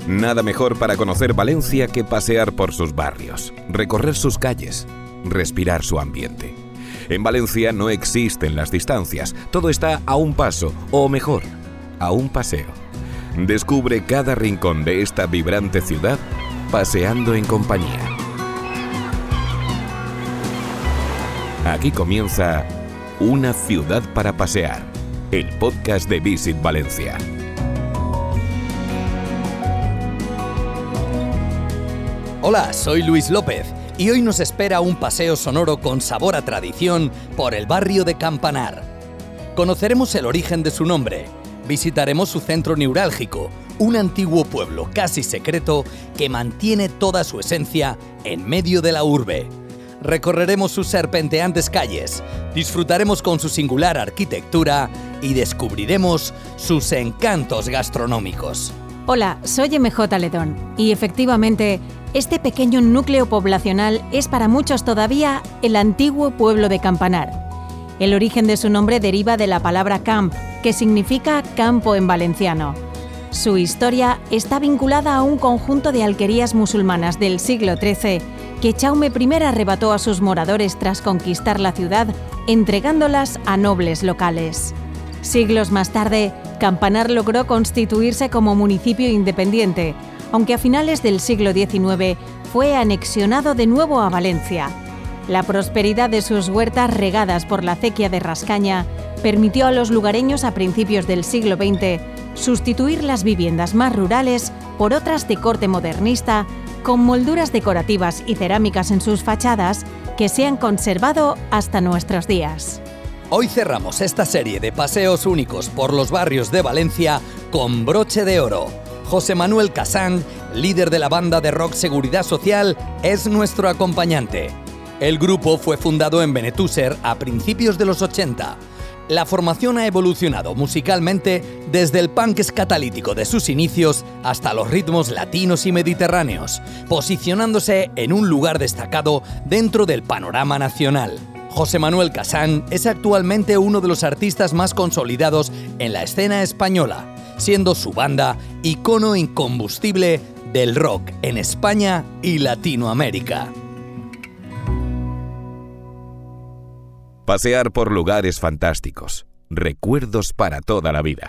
Nada mejor para conocer Valencia que pasear por sus barrios, recorrer sus calles, respirar su ambiente. En Valencia no existen las distancias, todo está a un paso, o mejor, a un paseo. Descubre cada rincón de esta vibrante ciudad paseando en compañía. Aquí comienza Una ciudad para pasear, el podcast de Visit Valencia. Hola, soy Luis López y hoy nos espera un paseo sonoro con sabor a tradición por el barrio de Campanar. Conoceremos el origen de su nombre, visitaremos su centro neurálgico, un antiguo pueblo casi secreto que mantiene toda su esencia en medio de la urbe. Recorreremos sus serpenteantes calles, disfrutaremos con su singular arquitectura y descubriremos sus encantos gastronómicos. Hola, soy MJ Ledón y efectivamente, este pequeño núcleo poblacional es para muchos todavía el antiguo pueblo de Campanar. El origen de su nombre deriva de la palabra camp, que significa campo en valenciano. Su historia está vinculada a un conjunto de alquerías musulmanas del siglo XIII que Jaume I arrebató a sus moradores tras conquistar la ciudad, entregándolas a nobles locales. Siglos más tarde, Campanar logró constituirse como municipio independiente, aunque a finales del siglo XIX fue anexionado de nuevo a Valencia. La prosperidad de sus huertas regadas por la acequia de Rascaña permitió a los lugareños a principios del siglo XX sustituir las viviendas más rurales por otras de corte modernista, con molduras decorativas y cerámicas en sus fachadas que se han conservado hasta nuestros días. Hoy cerramos esta serie de paseos únicos por los barrios de Valencia con broche de oro. José Manuel Casán, líder de la banda de rock Seguridad Social, es nuestro acompañante. El grupo fue fundado en Benetússer a principios de los 80. La formación ha evolucionado musicalmente desde el punk escatalítico de sus inicios hasta los ritmos latinos y mediterráneos, posicionándose en un lugar destacado dentro del panorama nacional. José Manuel Casán es actualmente uno de los artistas más consolidados en la escena española, siendo su banda icono incombustible del rock en España y Latinoamérica. Pasear por lugares fantásticos, recuerdos para toda la vida.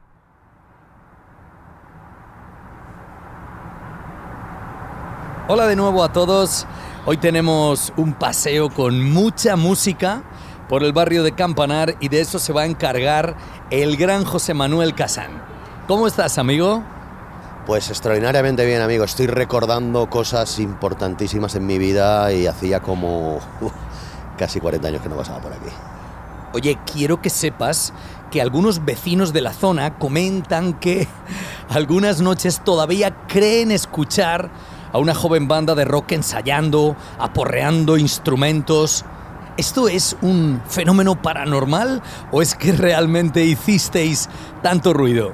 Hola de nuevo a todos. Hoy tenemos un paseo con mucha música por el barrio de Campanar y de eso se va a encargar el gran José Manuel Casán. ¿Cómo estás, amigo? Pues extraordinariamente bien, amigo. Estoy recordando cosas importantísimas en mi vida y hacía como casi 40 años que no pasaba por aquí. Oye, quiero que sepas que algunos vecinos de la zona comentan que algunas noches todavía creen escuchar a una joven banda de rock ensayando, aporreando instrumentos. ¿Esto es un fenómeno paranormal o es que realmente hicisteis tanto ruido?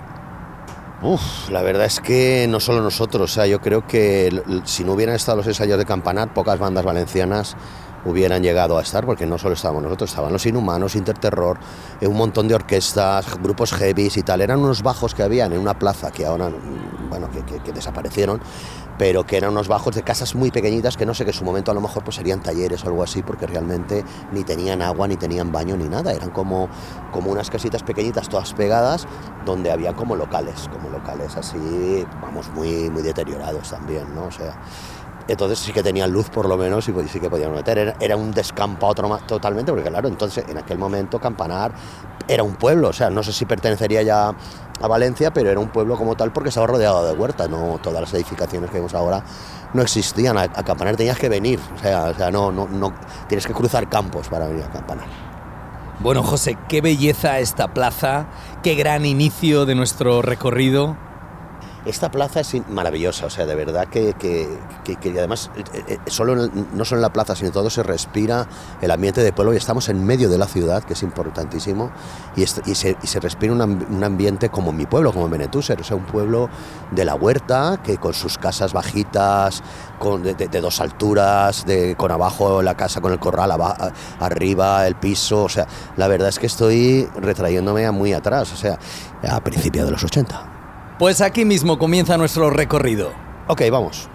La verdad es que no solo nosotros, o sea, yo creo que si no hubieran estado los ensayos de Campanar, pocas bandas valencianas hubieran llegado a estar, porque no solo estábamos nosotros, estaban los Inhumanos, Interterror, un montón de orquestas, grupos heavies y tal. Eran unos bajos que habían en una plaza que ahora, bueno, que desaparecieron, pero que eran unos bajos de casas muy pequeñitas que no sé, que en su momento a lo mejor pues serían talleres o algo así, porque realmente ni tenían agua, ni tenían baño, ni nada. Eran como unas casitas pequeñitas todas pegadas, donde había como locales así, vamos, muy, muy deteriorados también, ¿no? O sea, entonces sí que tenían luz por lo menos y sí que podían meter. Era un descampado totalmente, porque claro, entonces en aquel momento Campanar era un pueblo, o sea, no sé si pertenecería ya a Valencia, pero era un pueblo como tal porque estaba rodeado de huerta, no todas las edificaciones que vemos ahora no existían. A Campanar tenías que venir, o sea, no tienes que cruzar campos para venir a Campanar. Bueno, José, qué belleza esta plaza, qué gran inicio de nuestro recorrido. Esta plaza es maravillosa, o sea, de verdad que además no solo en la plaza, sino todo se respira el ambiente de pueblo y estamos en medio de la ciudad, que es importantísimo, y se respira un ambiente como en mi pueblo, como en Benetússer, o sea, un pueblo de la huerta, que con sus casas bajitas, de dos alturas, con abajo la casa con el corral, arriba el piso, o sea, la verdad es que estoy retrayéndome muy atrás, o sea, a principios de los 80. Pues aquí mismo comienza nuestro recorrido. Ok, vamos.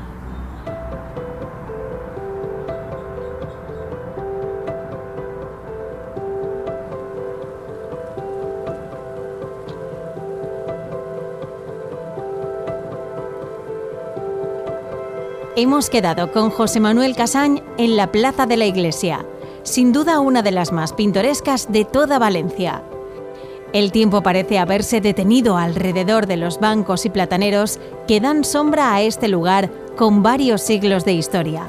Hemos quedado con José Manuel Casany en la Plaza de la Iglesia, sin duda una de las más pintorescas de toda Valencia. El tiempo parece haberse detenido alrededor de los bancos y plataneros que dan sombra a este lugar con varios siglos de historia.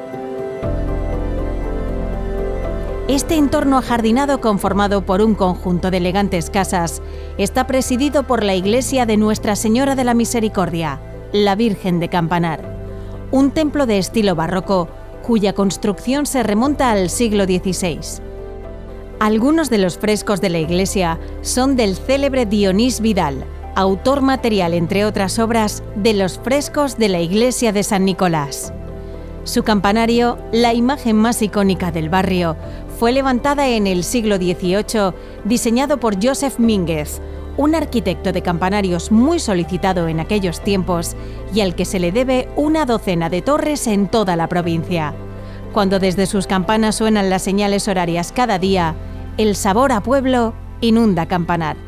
Este entorno ajardinado, conformado por un conjunto de elegantes casas, está presidido por la iglesia de Nuestra Señora de la Misericordia, la Virgen de Campanar. Un templo de estilo barroco, cuya construcción se remonta al siglo XVI. Algunos de los frescos de la iglesia son del célebre Dionís Vidal, autor material, entre otras obras, de los frescos de la iglesia de San Nicolás. Su campanario, la imagen más icónica del barrio, fue levantada en el siglo XVIII, diseñado por Joseph Mínguez, un arquitecto de campanarios muy solicitado en aquellos tiempos y al que se le debe una docena de torres en toda la provincia. Cuando desde sus campanas suenan las señales horarias cada día, el sabor a pueblo inunda Campanar.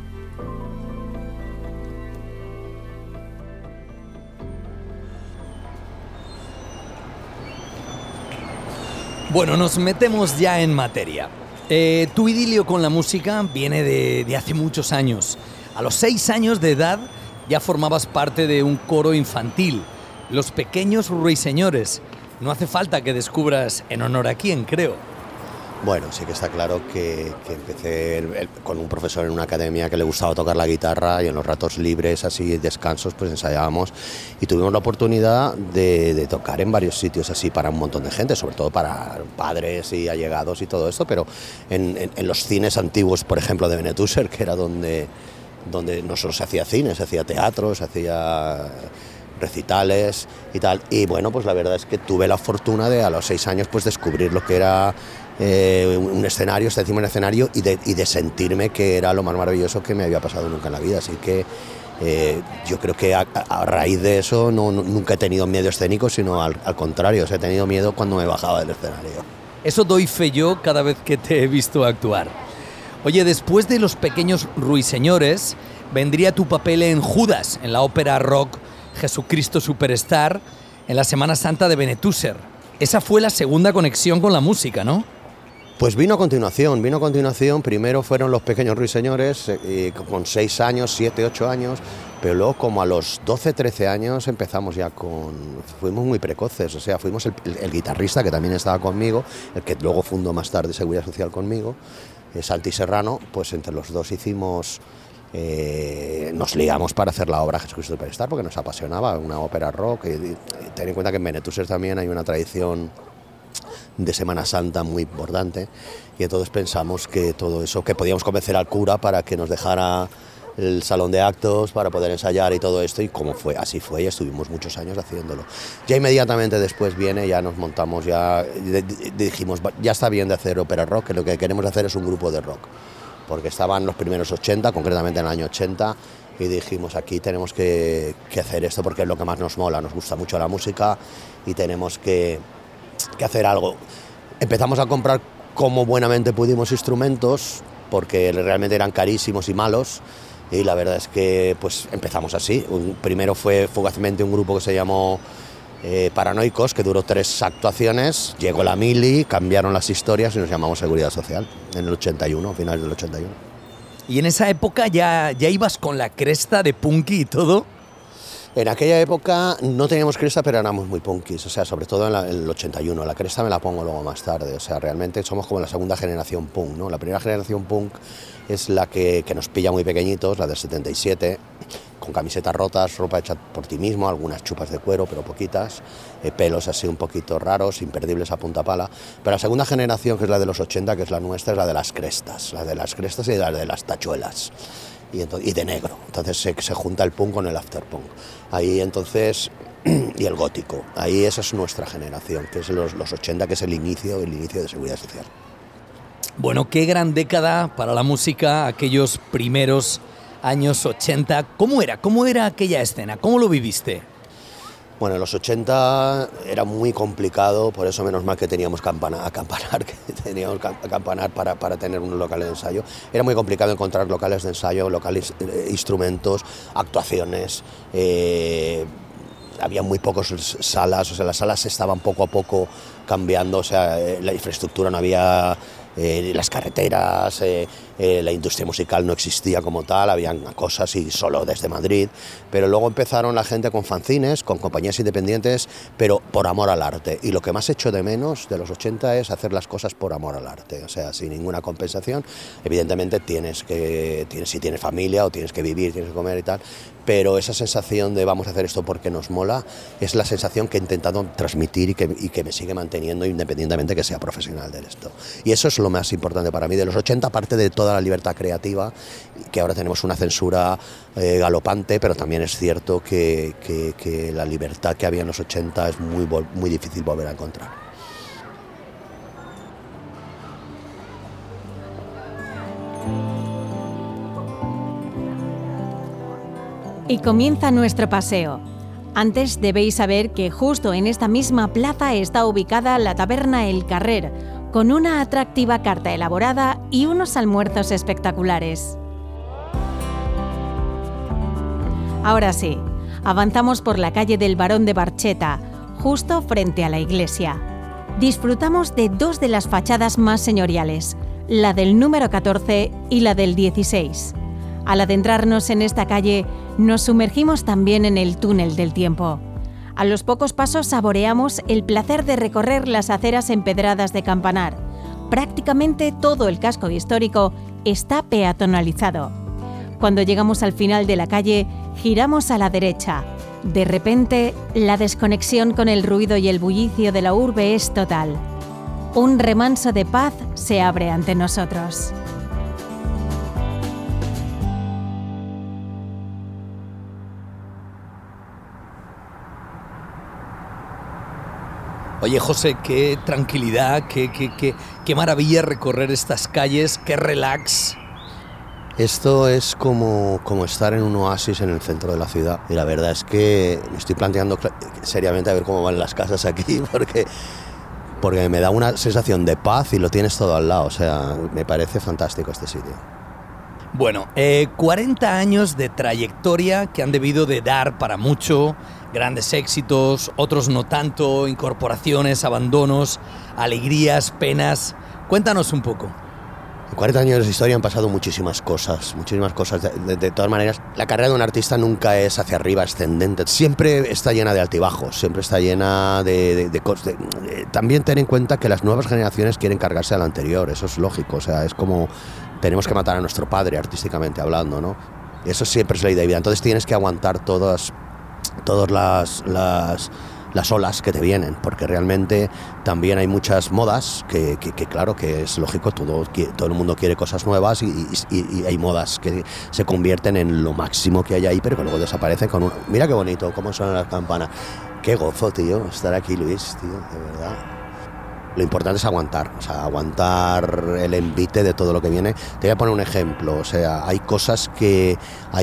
Bueno, nos metemos ya en materia. Tu idilio con la música viene de hace muchos años. A los 6 años de edad ya formabas parte de un coro infantil, Los Pequeños Ruiseñores. No hace falta que descubras en honor a quién, creo. Bueno, sí que está claro que empecé con un profesor en una academia que le gustaba tocar la guitarra y en los ratos libres, así descansos, pues ensayábamos y tuvimos la oportunidad de tocar en varios sitios así para un montón de gente, sobre todo para padres y allegados y todo esto, pero en los cines antiguos, por ejemplo, de Benetússer, que era donde no solo se hacía cine, se hacía teatro, se hacía recitales y tal. Y bueno, pues la verdad es que tuve la fortuna de a los 6 años pues descubrir lo que era un escenario, estar encima del escenario y de sentirme que era lo más maravilloso que me había pasado nunca en la vida. Así que yo creo que a raíz de eso nunca he tenido miedo escénico, sino al contrario, he tenido miedo cuando me bajaba del escenario. Eso doy fe yo cada vez que te he visto actuar. Oye, después de Los Pequeños Ruiseñores, vendría tu papel en Judas, en la ópera rock Jesucristo Superstar, en la Semana Santa de Benetússer. Esa fue la segunda conexión con la música, ¿no? Pues vino a continuación. Primero fueron Los Pequeños Ruiseñores, con 6 años, 7, 8 años, pero luego como a los 12, 13 años empezamos ya fuimos muy precoces, o sea, fuimos el guitarrista que también estaba conmigo, el que luego fundó más tarde Seguridad Social conmigo, Santi Serrano, pues entre los dos nos ligamos para hacer la obra Jesucristo Superstar porque nos apasionaba, una ópera rock. Y ten en cuenta que en Benetússer también hay una tradición de Semana Santa muy importante y entonces pensamos que todo eso, que podíamos convencer al cura para que nos dejara el salón de actos para poder ensayar y todo esto, y como fue, así fue, y estuvimos muchos años haciéndolo. Ya inmediatamente después ya nos montamos, ya dijimos, ya está bien de hacer ópera rock, que lo que queremos hacer es un grupo de rock, porque estaban los primeros 80, concretamente en el año 80, y dijimos, aquí tenemos que hacer esto porque es lo que más nos mola, nos gusta mucho la música y tenemos que hacer algo. Empezamos a comprar como buenamente pudimos instrumentos, porque realmente eran carísimos y malos, y la verdad es que pues empezamos así. Primero fue fugazmente un grupo que se llamó Paranoicos, que duró 3 actuaciones, llegó la mili, cambiaron las historias y nos llamamos Seguridad Social en el 81, finales del 81. ¿Y en esa época ya ibas con la cresta de punky y todo? En aquella época no teníamos cresta, pero éramos muy punkis, o sea, sobre todo en el 81. La cresta me la pongo luego más tarde, o sea, realmente somos como la segunda generación punk, ¿no? La primera generación punk es la que nos pilla muy pequeñitos, la del 77, con camisetas rotas, ropa hecha por ti mismo, algunas chupas de cuero, pero poquitas, pelos así un poquito raros, imperdibles a punta pala. Pero la segunda generación, que es la de los 80, que es la nuestra, es la de las crestas y la de las tachuelas. Y de negro, entonces se junta el punk con el afterpunk, ahí entonces, y el gótico, ahí esa es nuestra generación, que es los 80, que es el inicio de Seguridad Social. Bueno, qué gran década para la música, aquellos primeros años 80. ¿Cómo era aquella escena? ¿Cómo lo viviste? Bueno, en los 80 era muy complicado, por eso menos mal que teníamos que acampanar para tener unos locales de ensayo. Era muy complicado encontrar locales de ensayo, instrumentos, actuaciones. Había muy pocas salas, o sea, las salas estaban poco a poco cambiando, o sea, la infraestructura no había, las carreteras, la industria musical no existía como tal, habían cosas y solo desde Madrid, pero luego empezaron la gente con fanzines, con compañías independientes, pero por amor al arte, y lo que más echo de menos de los 80 es hacer las cosas por amor al arte, o sea, sin ninguna compensación. Evidentemente si tienes familia o tienes que vivir, tienes que comer y tal, pero esa sensación de vamos a hacer esto porque nos mola es la sensación que he intentado transmitir y que me sigue manteniendo independientemente que sea profesional de esto. Y eso es lo más importante para mí de los 80, aparte de toda la libertad creativa, que ahora tenemos una censura galopante, pero también es cierto que la libertad que había en los 80 es muy difícil volver a encontrar. Y comienza nuestro paseo. Antes debéis saber que justo en esta misma plaza está ubicada la taberna El Carrer, con una atractiva carta elaborada y unos almuerzos espectaculares. Ahora sí, avanzamos por la calle del Barón de Barcheta, justo frente a la iglesia. Disfrutamos de dos de las fachadas más señoriales, la del número 14 y la del 16. Al adentrarnos en esta calle, nos sumergimos también en el túnel del tiempo. A los pocos pasos saboreamos el placer de recorrer las aceras empedradas de Campanar. Prácticamente todo el casco histórico está peatonalizado. Cuando llegamos al final de la calle, giramos a la derecha. De repente, la desconexión con el ruido y el bullicio de la urbe es total. Un remanso de paz se abre ante nosotros. Oye, José, qué tranquilidad, qué maravilla recorrer estas calles, qué relax. Esto es como estar en un oasis en el centro de la ciudad. Y la verdad es que me estoy planteando seriamente a ver cómo van las casas aquí, porque me da una sensación de paz y lo tienes todo al lado. O sea, me parece fantástico este sitio. Bueno, 40 años de trayectoria que han debido de dar para mucho, grandes éxitos, otros no tanto, incorporaciones, abandonos, alegrías, penas. Cuéntanos un poco. En 40 años de historia han pasado muchísimas cosas. De todas maneras, la carrera de un artista nunca es hacia arriba, ascendente. Siempre está llena de altibajos, siempre está llena de cosas. También ten en cuenta que las nuevas generaciones quieren cargarse a la anterior, eso es lógico. O sea, es como tenemos que matar a nuestro padre, artísticamente hablando, ¿no? Eso siempre es la idea. Entonces tienes que aguantar todas las olas que te vienen, porque realmente también hay muchas modas que claro que es lógico, todo el mundo quiere cosas nuevas y hay modas que se convierten en lo máximo que hay ahí, pero que luego desaparecen con un... Mira qué bonito, cómo suenan las campanas. Qué gozo, tío, estar aquí, Luis, tío, de verdad. Lo importante es aguantar el envite de todo lo que viene. Te voy a poner un ejemplo, o sea, hay cosas que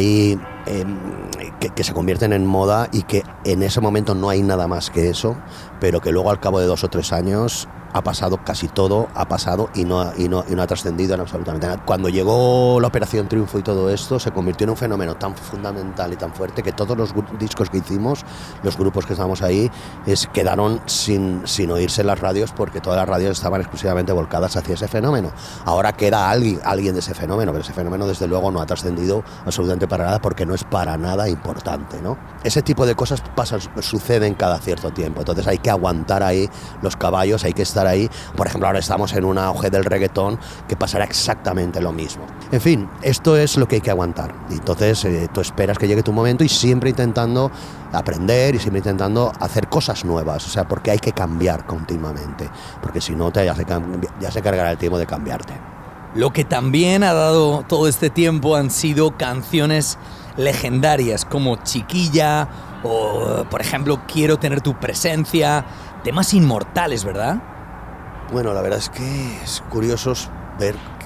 se convierten en moda y que en ese momento no hay nada más que eso, pero que luego al cabo de 2 o 3 años ha pasado casi todo, y no ha trascendido en absolutamente nada. Cuando llegó la Operación Triunfo y todo esto, se convirtió en un fenómeno tan fundamental y tan fuerte que todos los discos que hicimos, los grupos que estábamos ahí, quedaron sin oírse en las radios, porque todas las radios estaban exclusivamente volcadas hacia ese fenómeno. Ahora queda alguien de ese fenómeno, pero ese fenómeno desde luego no ha trascendido absolutamente para nada, porque no es para nada importante, ¿no? Ese tipo de cosas suceden cada cierto tiempo, entonces hay que aguantar ahí los caballos, hay que estar ahí. Por ejemplo, ahora estamos en un auge del reggaetón que pasará exactamente lo mismo. En fin, esto es lo que hay que aguantar. Y entonces tú esperas que llegue tu momento y siempre intentando aprender y siempre intentando hacer cosas nuevas, o sea, porque hay que cambiar continuamente, porque si no ya se cargará el tiempo de cambiarte. Lo que también ha dado todo este tiempo han sido canciones legendarias como Chiquilla o, por ejemplo, Quiero tener tu presencia, temas inmortales, ¿verdad? Bueno, la verdad es que es curioso ver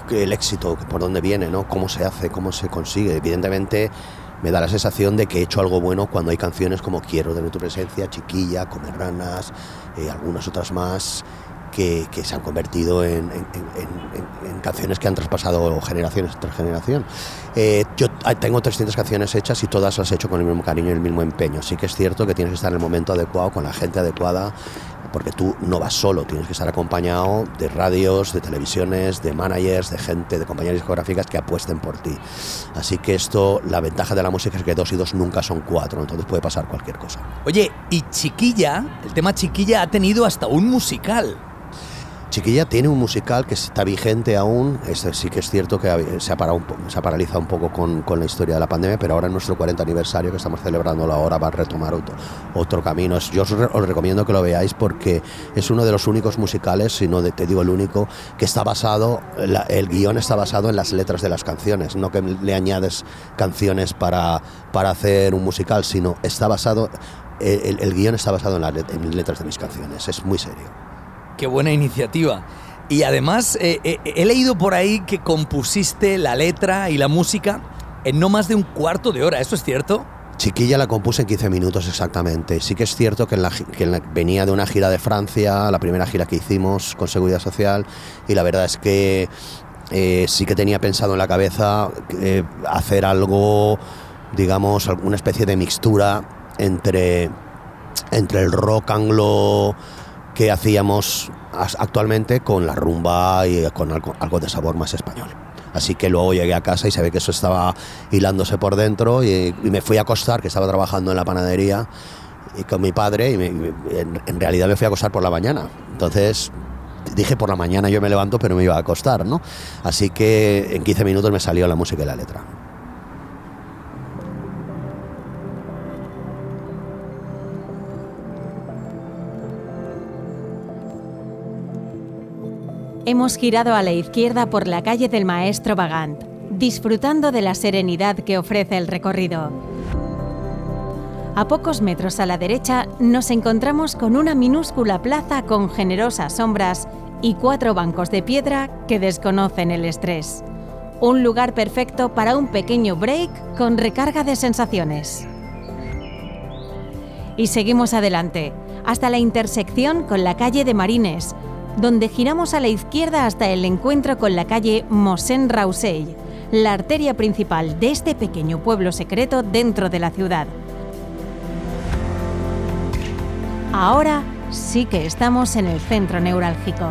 el éxito, por dónde viene, ¿no? Cómo se hace, cómo se consigue. Evidentemente me da la sensación de que he hecho algo bueno cuando hay canciones como Quiero tener tu presencia, Chiquilla, Comer ranas, algunas otras más, que se han convertido en canciones que han traspasado generaciones tras generación. Yo tengo 300 canciones hechas y todas las he hecho con el mismo cariño y el mismo empeño. Sí que es cierto que tienes que estar en el momento adecuado, con la gente adecuada, porque tú no vas solo, tienes que estar acompañado de radios, de televisiones, de managers, de gente, de compañías discográficas que apuesten por ti. Así que la ventaja de la música es que 2 y 2 nunca son 4, entonces puede pasar cualquier cosa. Oye, y Chiquilla, el tema Chiquilla ha tenido hasta un musical. Chiquilla tiene un musical que está vigente aún. Sí que es cierto que se ha paralizado un poco con la historia de la pandemia, pero ahora en nuestro 40 aniversario que estamos celebrándolo ahora va a retomar otro camino. Yo os recomiendo que lo veáis porque es uno de los únicos musicales, si no te digo el único, que está basado, el guión está basado en las letras de las canciones, no que le añades canciones para hacer un musical, sino está basado, el guión está basado en las letras de mis canciones. Es muy serio. Qué buena iniciativa. Y además he leído por ahí que compusiste la letra y la música en no más de un cuarto de hora. ¿Eso es cierto? Chiquilla la compuse en 15 minutos exactamente. Sí que es cierto que venía de una gira de Francia, la primera gira que hicimos con Seguridad Social, y la verdad es que sí que tenía pensado en la cabeza hacer algo, digamos, alguna especie de mixtura entre el rock anglo que hacíamos actualmente con la rumba y con algo de sabor más español. Así que luego llegué a casa y se ve que eso estaba hilándose por dentro y me fui a acostar, que estaba trabajando en la panadería y con mi padre, y en realidad me fui a acostar por la mañana. Entonces dije, por la mañana yo me levanto, pero me iba a acostar, ¿no? Así que en 15 minutos me salió la música y la letra. Hemos girado a la izquierda por la calle del Maestro Vagant, disfrutando de la serenidad que ofrece el recorrido. A pocos metros a la derecha nos encontramos con una minúscula plaza con generosas sombras y 4 bancos de piedra que desconocen el estrés. Un lugar perfecto para un pequeño break con recarga de sensaciones. Y seguimos adelante, hasta la intersección con la calle de Marines, donde giramos a la izquierda hasta el encuentro con la calle Mossèn Rausell, la arteria principal de este pequeño pueblo secreto dentro de la ciudad. Ahora sí que estamos en el centro neurálgico.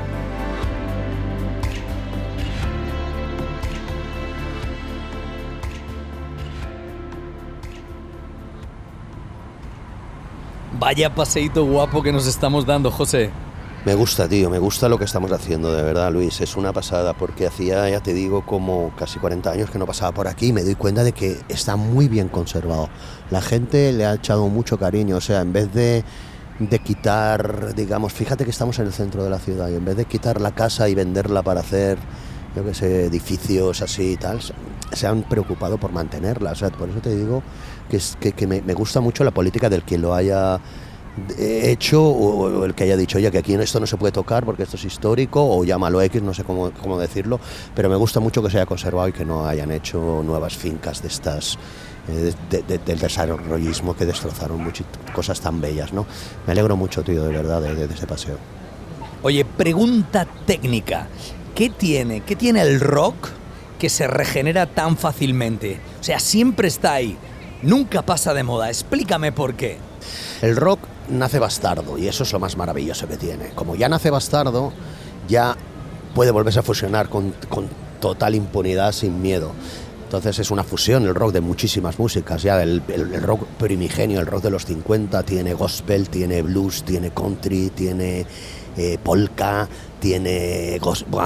Vaya paseíto guapo que nos estamos dando, José. Me gusta, tío, me gusta lo que estamos haciendo, de verdad, Luis. Es una pasada porque hacía, ya te digo, como casi 40 años que no pasaba por aquí y me doy cuenta de que está muy bien conservado. La gente le ha echado mucho cariño, o sea, en vez de quitar, digamos, fíjate que estamos en el centro de la ciudad y en vez de quitar la casa y venderla para hacer, yo qué sé, edificios así y tal, se han preocupado por mantenerla. O sea, por eso te digo que me gusta mucho la política del que lo haya hecho o el que haya dicho, oye, que aquí esto no se puede tocar porque esto es histórico, o llámalo X, no sé cómo decirlo, pero me gusta mucho que se haya conservado y que no hayan hecho nuevas fincas de estas del desarrollismo que destrozaron muchas cosas tan bellas, ¿no? Me alegro mucho, tío, de verdad, de ese paseo. Oye, pregunta técnica. ¿Qué tiene el rock que se regenera tan fácilmente? O sea, siempre está ahí, nunca pasa de moda. Explícame por qué. El rock nace bastardo y eso es lo más maravilloso que tiene. Como ya nace bastardo, ya puede volverse a fusionar con total impunidad, sin miedo. Entonces es una fusión el rock de muchísimas músicas, ya el rock primigenio, el rock de los 50, tiene gospel, tiene blues, tiene country, tiene polka, tiene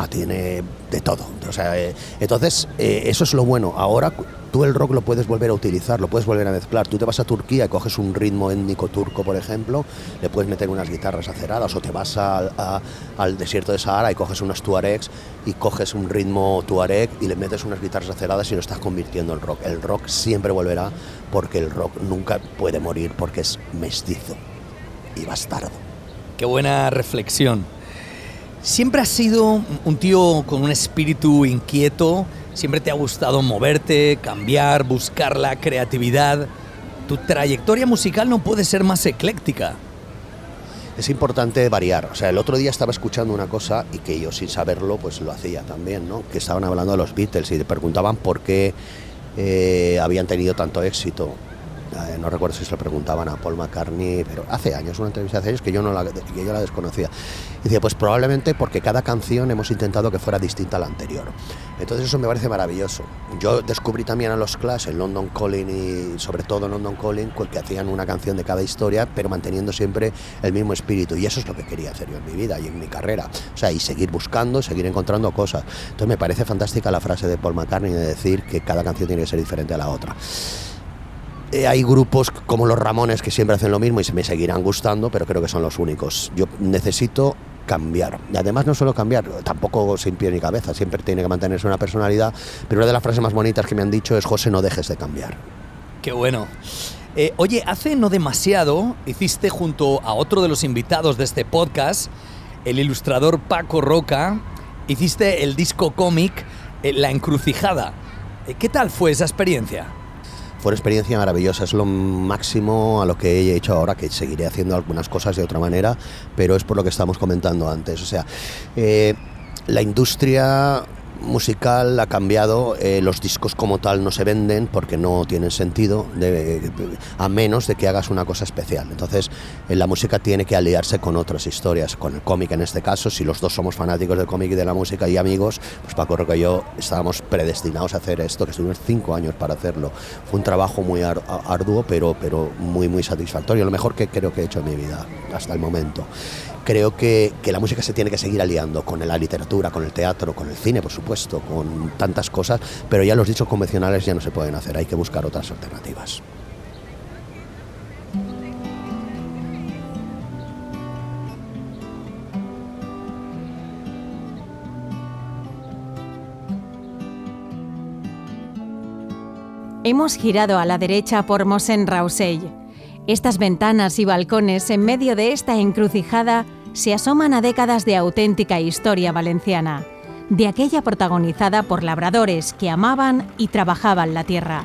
de todo. O sea, entonces eso es lo bueno. Ahora tú el rock lo puedes volver a utilizar, lo puedes volver a mezclar. Tú te vas a Turquía y coges un ritmo étnico turco, por ejemplo, le puedes meter unas guitarras aceradas, o te vas al desierto de Sahara y coges unos tuaregs y coges un ritmo tuareg y le metes unas guitarras aceradas y lo estás convirtiendo en rock. El rock siempre volverá porque el rock nunca puede morir porque es mestizo y bastardo. Qué buena reflexión. Siempre has sido un tío con un espíritu inquieto, siempre te ha gustado moverte, cambiar, buscar la creatividad. Tu trayectoria musical no puede ser más ecléctica. Es importante variar. O sea, el otro día estaba escuchando una cosa y que yo sin saberlo pues lo hacía también, ¿no? Que estaban hablando de los Beatles y te preguntaban por qué habían tenido tanto éxito. No recuerdo si se lo preguntaban a Paul McCartney, pero hace años, una entrevista hace años que yo la desconocía. Y decía, pues probablemente porque cada canción hemos intentado que fuera distinta a la anterior. Entonces eso me parece maravilloso. Yo descubrí también a los Clash, en London Calling y sobre todo en London Calling, que hacían una canción de cada historia, pero manteniendo siempre el mismo espíritu. Y eso es lo que quería hacer yo en mi vida y en mi carrera. O sea, y seguir buscando, seguir encontrando cosas. Entonces me parece fantástica la frase de Paul McCartney de decir que cada canción tiene que ser diferente a la otra. Hay grupos como los Ramones que siempre hacen lo mismo y se me seguirán gustando, pero creo que son los únicos. Yo necesito cambiar. Y además no solo cambiar, tampoco sin pie ni cabeza, siempre tiene que mantenerse una personalidad, pero una de las frases más bonitas que me han dicho es: José, no dejes de cambiar. Qué bueno. Oye, hace no demasiado hiciste junto a otro de los invitados de este podcast, el ilustrador Paco Roca, hiciste el disco cómic La Encrucijada. ¿Qué tal fue esa experiencia? Fue una experiencia maravillosa, es lo máximo a lo que he hecho ahora, que seguiré haciendo algunas cosas de otra manera, pero es por lo que estábamos comentando antes. O sea, la industria musical ha cambiado, los discos como tal no se venden porque no tienen sentido, a menos de que hagas una cosa especial. Entonces la música tiene que aliarse con otras historias, con el cómic en este caso. Si los dos somos fanáticos del cómic y de la música y amigos, pues Paco Roca y yo estábamos predestinados a hacer esto, que estuvimos 5 años para hacerlo. Fue un trabajo muy arduo, pero muy, muy satisfactorio, lo mejor que creo que he hecho en mi vida hasta el momento. Creo que la música se tiene que seguir aliando con la literatura, con el teatro, con el cine, por supuesto, con tantas cosas, pero ya los dichos convencionales ya no se pueden hacer, hay que buscar otras alternativas. Hemos girado a la derecha por Mosén-Rausell. Estas ventanas y balcones en medio de esta encrucijada se asoman a décadas de auténtica historia valenciana, de aquella protagonizada por labradores que amaban y trabajaban la tierra.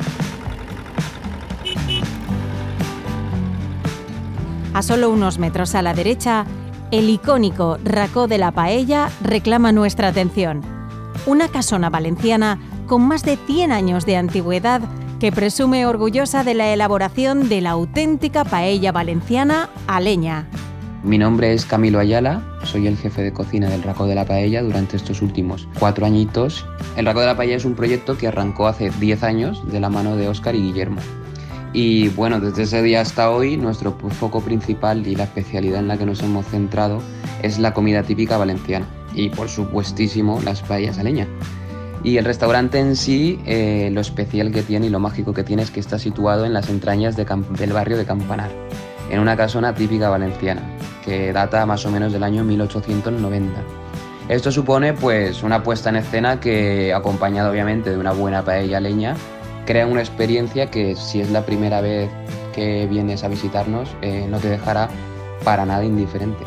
A solo unos metros a la derecha, el icónico Racó de la Paella reclama nuestra atención. Una casona valenciana con más de 100 años de antigüedad que presume orgullosa de la elaboración de la auténtica paella valenciana a leña. Mi nombre es Camilo Ayala, soy el jefe de cocina del Racó de la Paella durante estos últimos 4 añitos. El Racó de la Paella es un proyecto que arrancó hace 10 años de la mano de Óscar y Guillermo. Y bueno, desde ese día hasta hoy, nuestro foco principal y la especialidad en la que nos hemos centrado es la comida típica valenciana y, por supuestísimo, las paellas a leña. Y el restaurante en sí, lo especial que tiene y lo mágico que tiene es que está situado en las entrañas del barrio de Campanar, en una casona típica valenciana, que data más o menos del año 1890. Esto supone pues una puesta en escena que, acompañada obviamente de una buena paella a leña, crea una experiencia que, si es la primera vez que vienes a visitarnos, no te dejará para nada indiferente.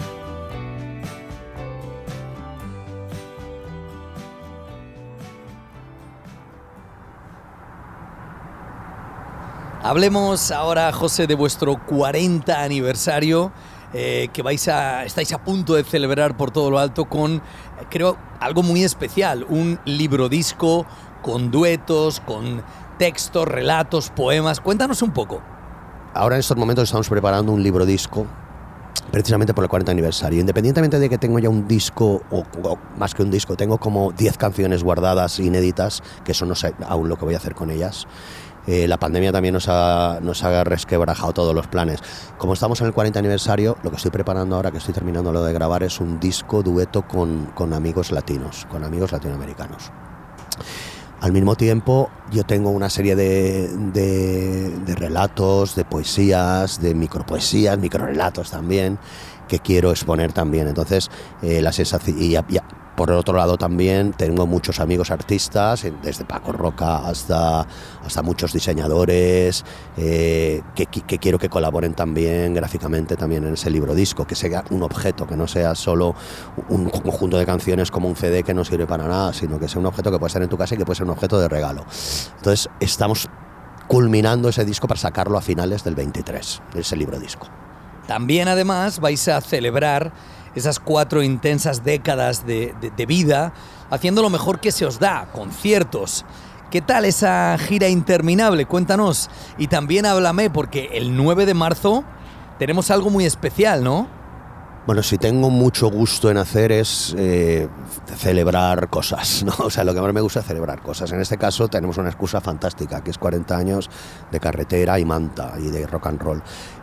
Hablemos ahora, José, de vuestro 40 aniversario que estáis a punto de celebrar por todo lo alto con, creo, algo muy especial, un librodisco con duetos, con textos, relatos, poemas. Cuéntanos un poco. Ahora en estos momentos estamos preparando un librodisco precisamente por el 40 aniversario. Independientemente de que tengo ya un disco, o más que un disco, tengo como 10 canciones guardadas, inéditas, que eso no sé aún lo que voy a hacer con ellas. La pandemia también nos ha resquebrajado todos los planes. Como estamos en el 40 aniversario, lo que estoy preparando ahora, que estoy terminando lo de grabar, es un disco dueto con amigos latinos, con amigos latinoamericanos. Al mismo tiempo, yo tengo una serie de relatos, de poesías, de microrelatos también, que quiero exponer también. Entonces, la sensación, y por el otro lado también tengo muchos amigos artistas, desde Paco Roca hasta muchos diseñadores que quiero que colaboren también gráficamente también en ese libro disco, que sea un objeto, que no sea solo un conjunto de canciones como un CD que no sirve para nada, sino que sea un objeto que puede estar en tu casa y que puede ser un objeto de regalo. Entonces estamos culminando ese disco para sacarlo a finales del 23, ese libro disco. También además vais a celebrar esas 4 intensas décadas de vida, haciendo lo mejor que se os da, conciertos. ¿Qué tal esa gira interminable? Cuéntanos. Y también háblame, porque el 9 de marzo tenemos algo muy especial, ¿no? Bueno, si tengo mucho gusto en hacer es celebrar cosas, ¿no? O sea, lo que más me gusta es celebrar cosas. En este caso tenemos una excusa fantástica, que es 40 años de carretera y manta y de rock and roll.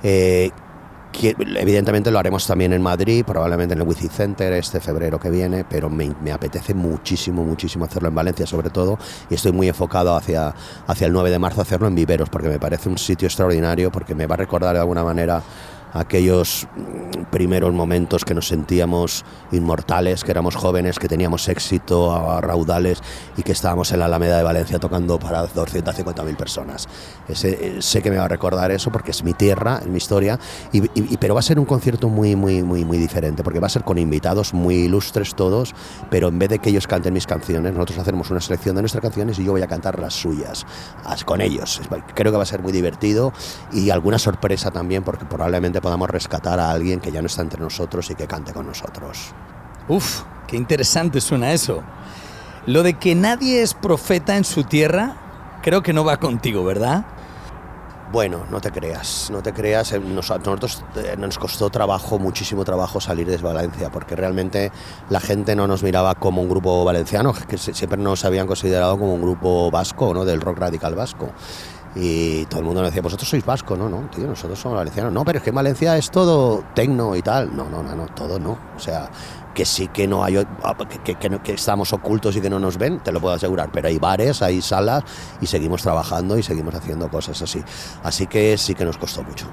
Que evidentemente lo haremos también en Madrid, probablemente en el Wizzing Center este febrero que viene, pero me apetece muchísimo hacerlo en Valencia sobre todo, y estoy muy enfocado hacia el 9 de marzo hacerlo en Viveros, porque me parece un sitio extraordinario, porque me va a recordar de alguna manera aquellos primeros momentos que nos sentíamos inmortales, que éramos jóvenes, que teníamos éxito a raudales y que estábamos en la Alameda de Valencia tocando para 250.000 personas. Sé que me va a recordar eso porque es mi tierra, es mi historia, pero va a ser un concierto muy diferente, porque va a ser con invitados muy ilustres todos, pero en vez de que ellos canten mis canciones, nosotros hacemos una selección de nuestras canciones y yo voy a cantar las suyas con ellos. Creo que va a ser muy divertido y alguna sorpresa también, porque probablemente podamos rescatar a alguien que ya no está entre nosotros y que cante con nosotros. Uf, qué interesante suena eso. Lo de que nadie es profeta en su tierra, creo que no va contigo, ¿verdad? Bueno, no te creas. Nosotros nos costó muchísimo trabajo salir de Valencia, porque realmente la gente no nos miraba como un grupo valenciano, que siempre nos habían considerado como un grupo vasco, ¿no? Del rock radical vasco. Y todo el mundo nos decía, vosotros sois vasco, no, tío, nosotros somos valencianos. No, pero es que en Valencia es todo tecno y tal. No, todo no. O sea, que sí que no hay, que estamos ocultos y que no nos ven, te lo puedo asegurar. Pero hay bares, hay salas y seguimos trabajando y seguimos haciendo cosas así. Así que sí que nos costó mucho.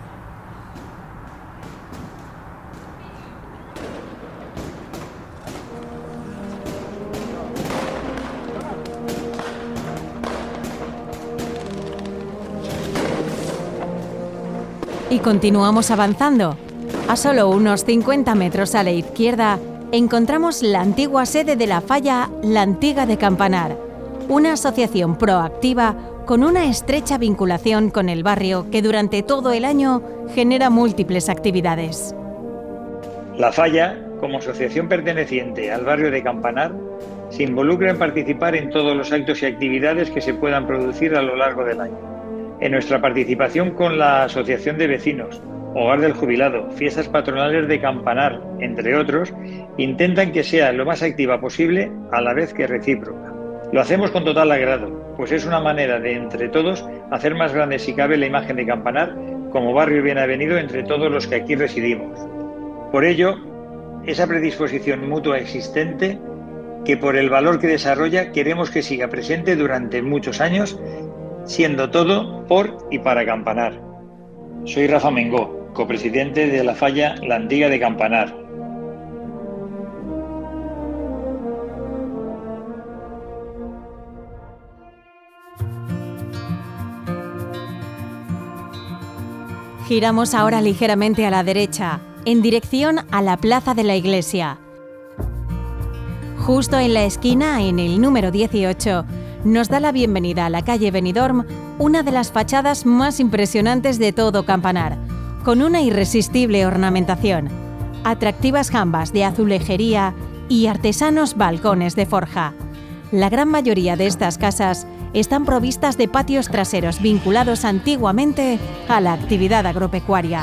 Y continuamos avanzando. A solo unos 50 metros a la izquierda encontramos la antigua sede de la Falla La Antiga de Campanar, una asociación proactiva con una estrecha vinculación con el barrio que durante todo el año genera múltiples actividades. La Falla, como asociación perteneciente al barrio de Campanar, se involucra en participar en todos los actos y actividades que se puedan producir a lo largo del año. En nuestra participación con la Asociación de Vecinos, Hogar del Jubilado, Fiestas Patronales de Campanar, entre otros, intentan que sea lo más activa posible a la vez que recíproca. Lo hacemos con total agrado, pues es una manera de, entre todos, hacer más grande si cabe la imagen de Campanar como barrio bien avenido entre todos los que aquí residimos. Por ello, esa predisposición mutua existente, que por el valor que desarrolla queremos que siga presente durante muchos años, siendo todo por y para Campanar. Soy Rafa Mengó, copresidente de la Falla La Antiga de Campanar. Giramos ahora ligeramente a la derecha, en dirección a la Plaza de la Iglesia. Justo en la esquina, en el número 18, nos da la bienvenida a la calle Benidorm, una de las fachadas más impresionantes de todo Campanar, con una irresistible ornamentación, atractivas jambas de azulejería y artesanos balcones de forja. La gran mayoría de estas casas están provistas de patios traseros vinculados antiguamente a la actividad agropecuaria.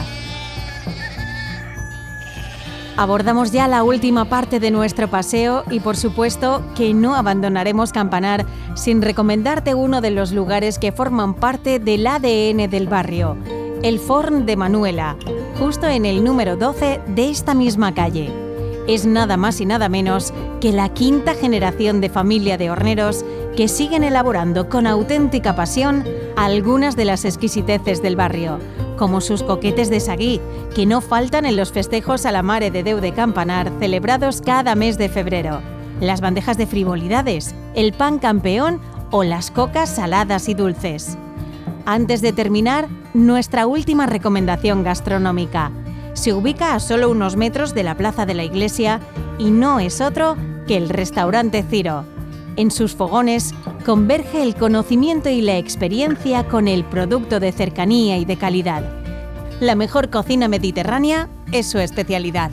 Abordamos ya la última parte de nuestro paseo y por supuesto que no abandonaremos Campanar sin recomendarte uno de los lugares que forman parte del ADN del barrio, el Forn de Manuela, justo en el número 12 de esta misma calle. Es nada más y nada menos que la quinta generación de familia de horneros que siguen elaborando con auténtica pasión algunas de las exquisiteces del barrio, como sus coquetes de sagí, que no faltan en los festejos a la Mare de Déu de Campanar celebrados cada mes de febrero. las bandejas de frivolidades, el pan campeón o las cocas saladas y dulces. Antes de terminar, nuestra última recomendación gastronómica. Se ubica a solo unos metros de la plaza de la iglesia y no es otro que el restaurante Ciro. En sus fogones converge el conocimiento y la experiencia con el producto de cercanía y de calidad. La mejor cocina mediterránea es su especialidad.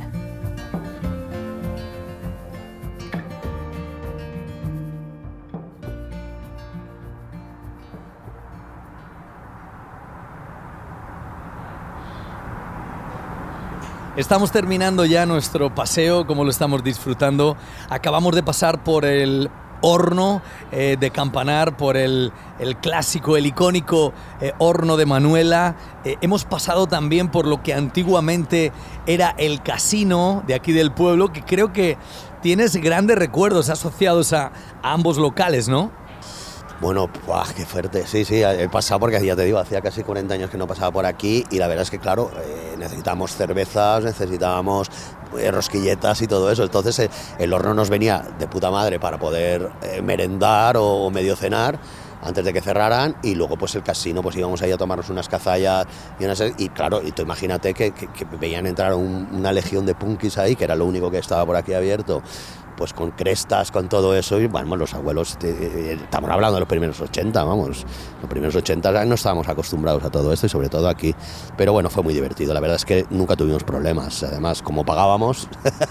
Estamos terminando ya nuestro paseo, como lo estamos disfrutando. Acabamos de pasar por el horno de Campanar, por el clásico, el icónico horno de Manuela. Hemos pasado también por lo que antiguamente era el casino de aquí del pueblo, que creo que tienes grandes recuerdos asociados a ambos locales, ¿no? Bueno, ¡buah, qué fuerte! Sí, he pasado porque ya te digo, hacía casi 40 años que no pasaba por aquí y la verdad es que, claro, necesitábamos cervezas, necesitábamos rosquilletas y todo eso. Entonces el horno nos venía de puta madre para poder merendar o medio cenar antes de que cerraran, y luego pues el casino, pues íbamos ahí a tomarnos unas cazallas y claro, y tú imagínate que veían entrar una legión de punkis ahí, que era lo único que estaba por aquí abierto, pues con crestas, con todo eso, y bueno, los abuelos, estamos hablando de los primeros 80, vamos, los primeros 80 no estábamos acostumbrados a todo esto, y sobre todo aquí, pero bueno, fue muy divertido, la verdad es que nunca tuvimos problemas, además, como pagábamos...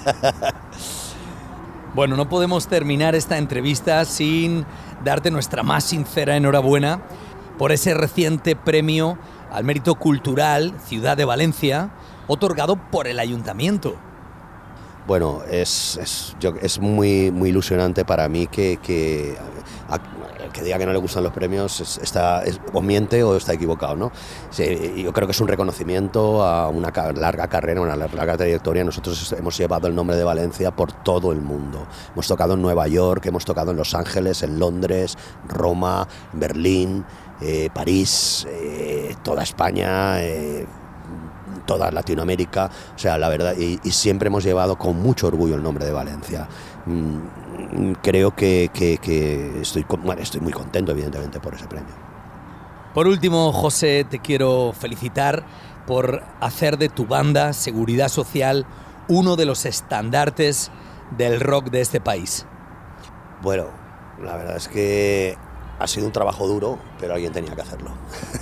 Bueno, no podemos terminar esta entrevista sin darte nuestra más sincera enhorabuena por ese reciente premio al mérito cultural Ciudad de Valencia, otorgado por el Ayuntamiento. Bueno, es muy ilusionante para mí que diga que no le gustan los premios o miente o está equivocado, ¿no? Sí, yo creo que es un reconocimiento a una larga carrera, una larga trayectoria. Nosotros hemos llevado el nombre de Valencia por todo el mundo. Hemos tocado en Nueva York, hemos tocado en Los Ángeles, en Londres, Roma, Berlín, París, toda España, toda Latinoamérica, o sea, la verdad, y siempre hemos llevado con mucho orgullo el nombre de Valencia. Creo que estoy muy contento, evidentemente, por ese premio. Por último, José, te quiero felicitar por hacer de tu banda Seguridad Social uno de los estandartes del rock de este país. Bueno, la verdad es que ha sido un trabajo duro, pero alguien tenía que hacerlo.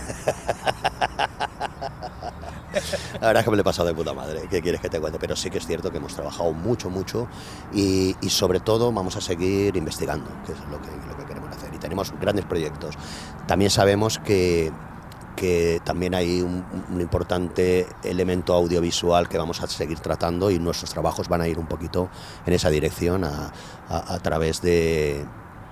La verdad es que me lo he pasado de puta madre, ¿qué quieres que te cuente? Pero sí que es cierto que hemos trabajado mucho y sobre todo vamos a seguir investigando, que es lo que queremos hacer, y tenemos grandes proyectos. También sabemos que también hay un importante elemento audiovisual que vamos a seguir tratando, y nuestros trabajos van a ir un poquito en esa dirección a través de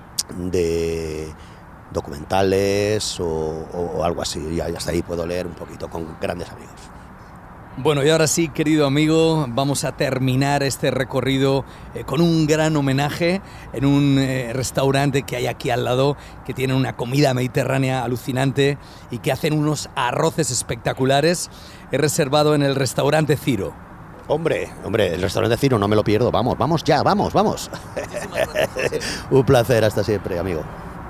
documentales o algo así, y hasta ahí puedo leer un poquito con grandes amigos. Bueno, y ahora sí, querido amigo, vamos a terminar este recorrido con un gran homenaje en un restaurante que hay aquí al lado, que tiene una comida mediterránea alucinante y que hacen unos arroces espectaculares. He reservado en el restaurante Ciro. Hombre, el restaurante Ciro no me lo pierdo, vamos ya, vamos. Un placer, hasta siempre, amigo.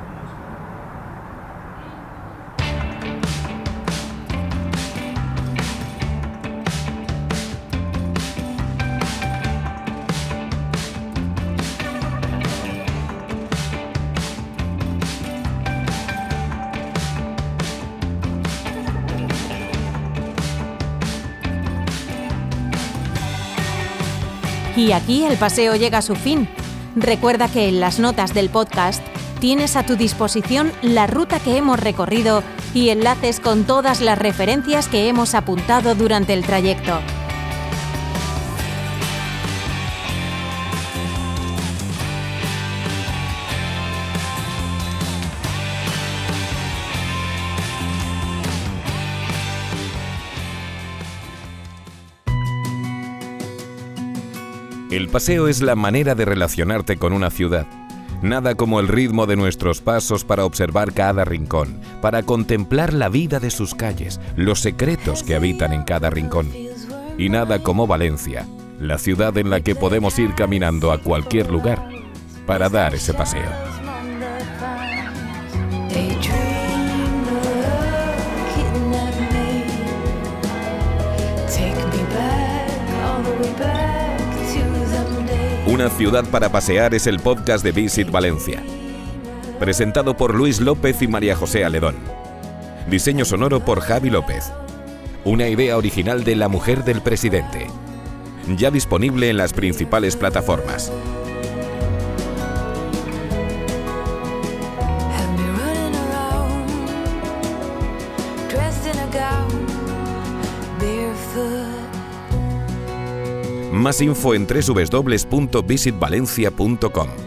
Y aquí el paseo llega a su fin. Recuerda que en las notas del podcast tienes a tu disposición la ruta que hemos recorrido y enlaces con todas las referencias que hemos apuntado durante el trayecto. El paseo es la manera de relacionarte con una ciudad. Nada como el ritmo de nuestros pasos para observar cada rincón, para contemplar la vida de sus calles, los secretos que habitan en cada rincón. Y nada como Valencia, la ciudad en la que podemos ir caminando a cualquier lugar para dar ese paseo. Una ciudad para pasear es el podcast de Visit Valencia. Presentado por Luis López y María José Aledón. Diseño sonoro por Javi López. Una idea original de La Mujer del Presidente. Ya disponible en las principales plataformas. Más info en www.visitvalencia.com.